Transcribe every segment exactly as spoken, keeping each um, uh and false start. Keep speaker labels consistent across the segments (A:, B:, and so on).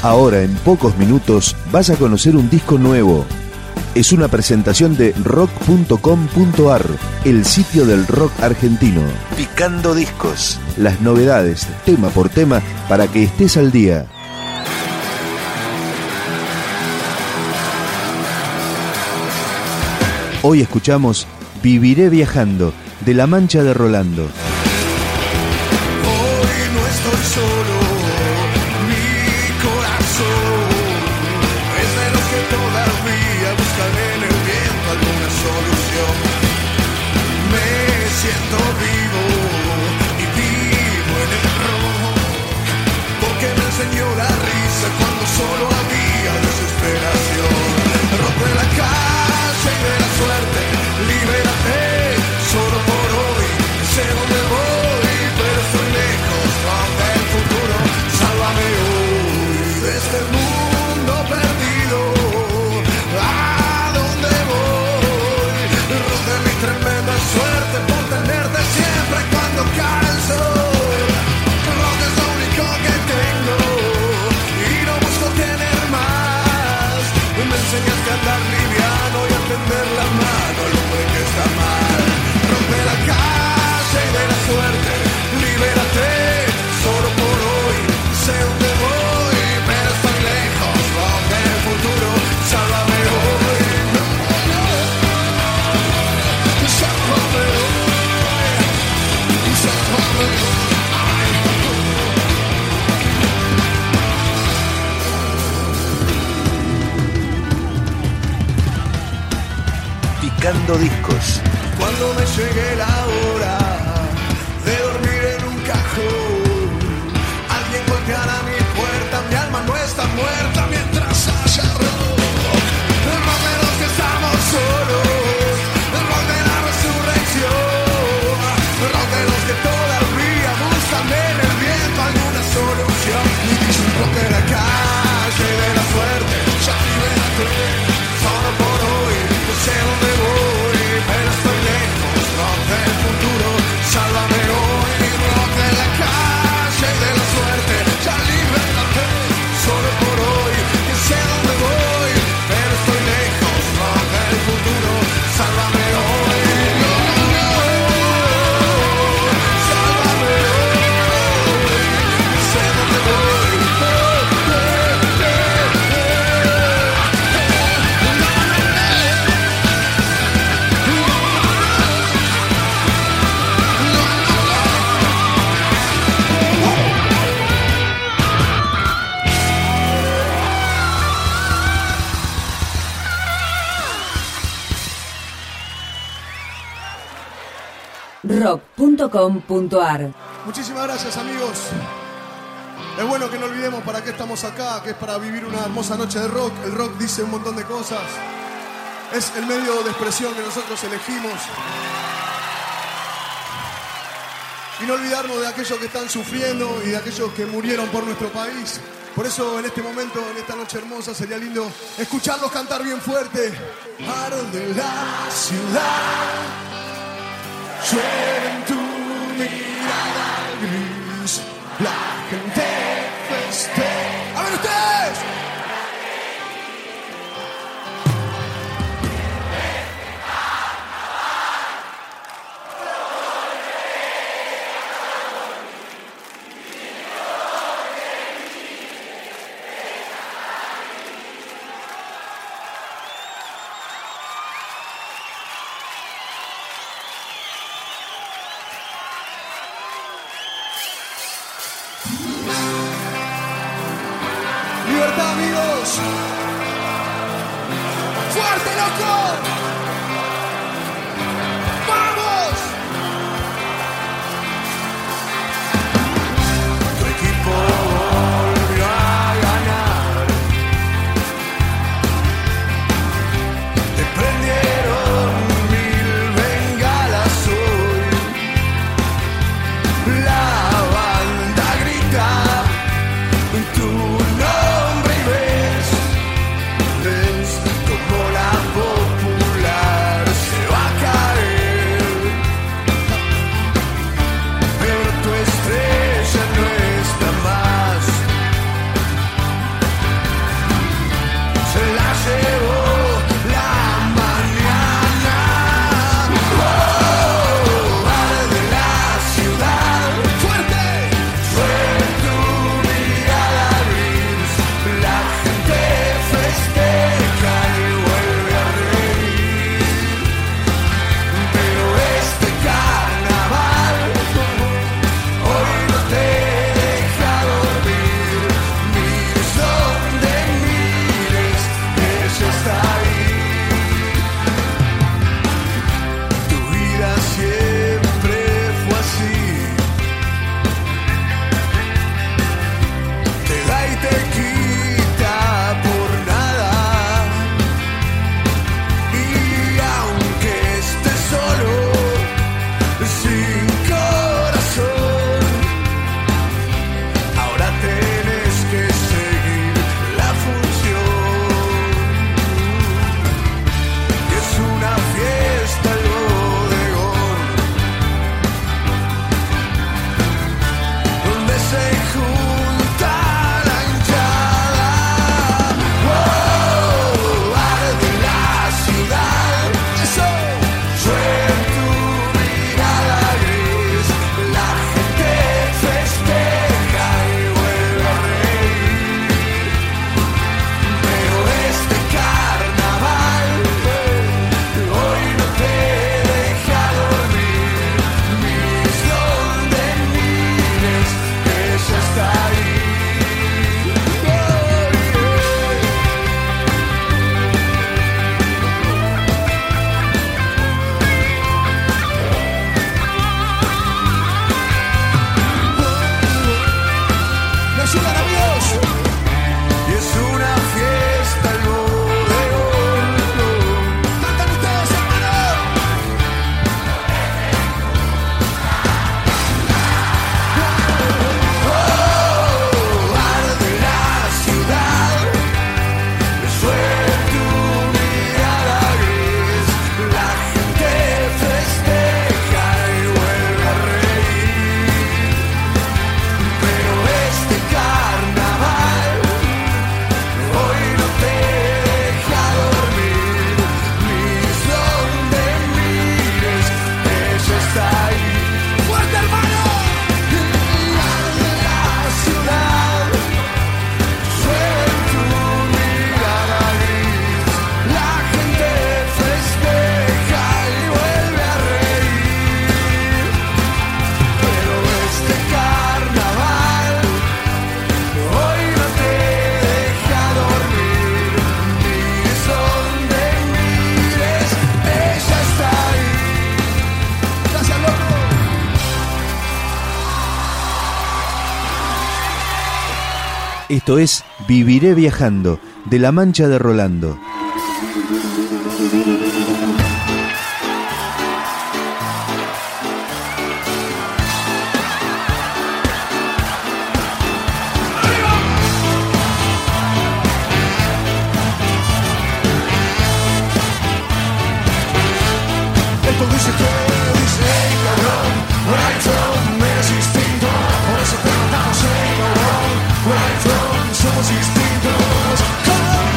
A: Ahora, en pocos minutos, vas a conocer un disco nuevo. Es una presentación de rock punto com punto ar, el sitio del rock argentino. Picando discos. Las novedades, tema por tema, para que estés al día. Hoy escuchamos Viviré viajando, de La Mancha de Rolando.
B: Hoy no estoy solo, mi corazón es de los que todavía buscan en el viento alguna solución. Me siento vivo y vivo en el rock, porque me enseñó la risa cuando solo había desesperación. Rompe la calle y de la suerte, libérate, solo por hoy, sé dónde voy, pero estoy lejos del futuro. Sálvame hoy de este mundo perdido. ¿A dónde voy? Rompe mi tremenda suerte por tenerte siempre cuando cae el sol. Rock es lo único que tengo y no busco tener más. Me enseñaste a andar liviano y a tender la mano al hombre que está mal. Rompe la calle y de la suerte, libérate, solo por hoy, sé dónde voy, pero estoy lejos del futuro. Sálvame hoy, sálvame hoy, sálvame hoy.
A: Picando discos.
B: Cuando me llegue la hora de dormir en un cajón, alguien golpeará mi puerta, mi alma no está muerta mientras haya rock. El rock de los que estamos solos, el rock de la resurrección, el rock de los que todavía buscan en el viento alguna solución. Y dice un rock de la calle y de la suerte, ya libérate, solo por hoy, no sé dónde voy, pero estoy lejos, rock del futuro. Sálvame hoy, rock de la calle y de la suerte, ya libérate, solo por hoy, que sé dónde voy, pero estoy lejos, rock del futuro. Sálvame hoy, no, no, sálvame hoy, que sé dónde voy, oh, eh, eh,
C: rock punto com punto ar.
B: Muchísimas gracias, amigos. Es bueno que no olvidemos para qué estamos acá, que es para vivir una hermosa noche de rock. El rock dice un montón de cosas. Es el medio de expresión que nosotros elegimos. Y no olvidarnos de aquellos que están sufriendo y de aquellos que murieron por nuestro país. Por eso en este momento, en esta noche hermosa, sería lindo escucharlos cantar bien fuerte. Arde la ciudad, llueve en tu mirada gris, la gente festeja. A ver ustedes. Libertad, amigos. Fuerte, loco. Vamos. Tu equipo volvió a ganar. Te prendieron mil bengalas hoy. La banda grita tu nombre y ves, ves como la popular
A: Esto es Viviré Viajando, de La Mancha de Rolando.
B: Esto dice que dice, hey, cabrón, where I'm from es distinto, por eso te matamos, hey, cabrón, where I'm from somos distintos, cabrón.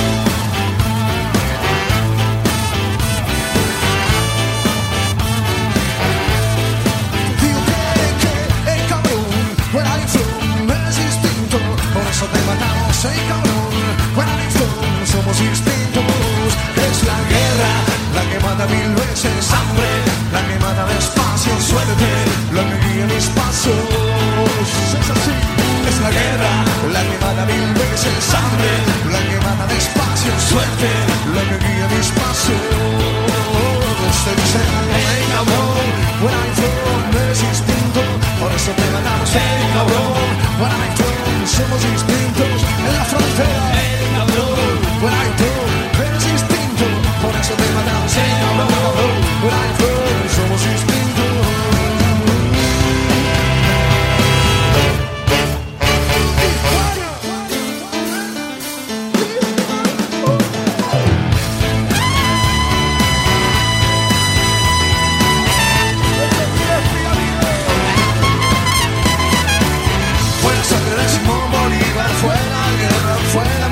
B: Digo que, que, hey, cabrón, where I'm from es distinto, por eso te matamos, hey, cabrón, where I'm from somos distintos, es la guerra la que mata mil veces hambre, la que mata despacio suerte, la que guía mis pasos. Es así, es la guerra, la que mata mil veces hambre, la que mata despacio suerte, la que guía mis pasos. Te dicen, hey cabrón, where I'm from es distinto, por eso te matamos, hey cabrón, where I'm from somos distintos, en la frontera, hey cabrón, where I'm from es distinto, por eso te matamos, hey cabrón, cabrón, where I'm from somos distintos. Fue la sangre de Simón Bolívar, fue la guerra, fue la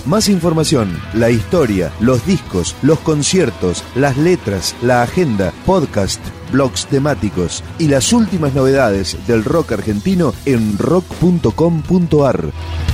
A: Más información, la historia, los discos, los conciertos, las letras, la agenda, podcast, blogs temáticos y las últimas novedades del rock argentino en rock punto com punto ar.